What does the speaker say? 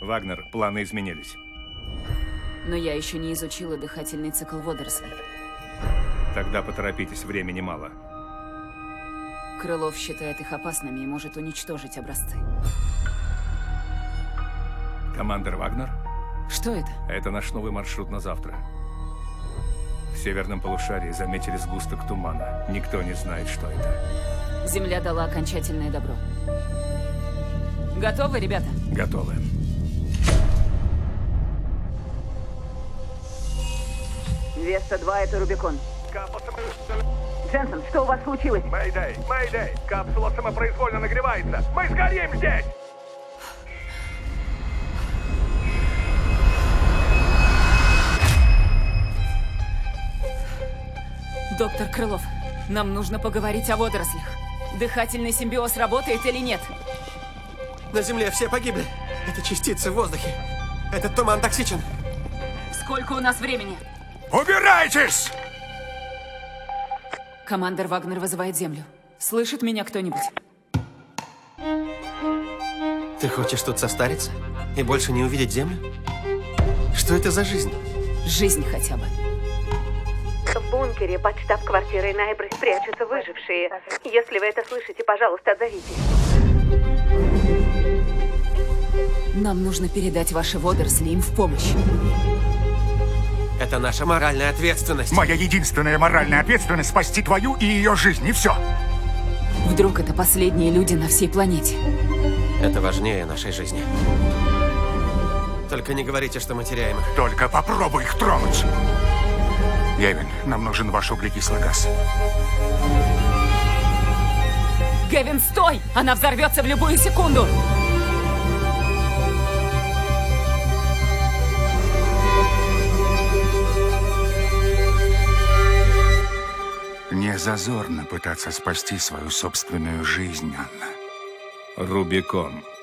Вагнер, планы изменились. Но я еще не изучила дыхательный цикл водорослей. Тогда поторопитесь, времени мало. Крылов считает их опасными и может уничтожить образцы. Командир Вагнер? Что это? Это наш новый маршрут на завтра. В северном полушарии заметили сгусток тумана. Никто не знает, что это. Земля дала окончательное добро. Готовы, ребята? Готовы. Веста-2, это Рубикон. Дженсен, что у вас случилось? Мэйдэй, Мэйдэй! Капсула самопроизвольно нагревается! Мы сгорим здесь! Доктор Крылов, нам нужно поговорить о водорослях. Дыхательный симбиоз работает или нет? На Земле все погибли. Это частицы в воздухе. Этот туман токсичен. Сколько у нас времени? Убирайтесь! Командир Вагнер вызывает Землю. Слышит меня кто-нибудь? Ты хочешь тут состариться? И больше не увидеть Землю? Что это за жизнь? Жизнь хотя бы. В бункере под штаб-квартирой Найбры прячутся выжившие. Если вы это слышите, пожалуйста, отзовитесь. Нам нужно передать ваши водоросли им в помощь. Это наша моральная ответственность. Моя единственная моральная ответственность — спасти твою и ее жизнь, и все. Вдруг это последние люди на всей планете. Это важнее нашей жизни. Только не говорите, что мы теряем их. Только попробуй их тронуть. Гевин, нам нужен ваш углекислый газ. Гевин, стой! Она взорвется в любую секунду! Не зазорно пытаться спасти свою собственную жизнь, Анна. Рубикон.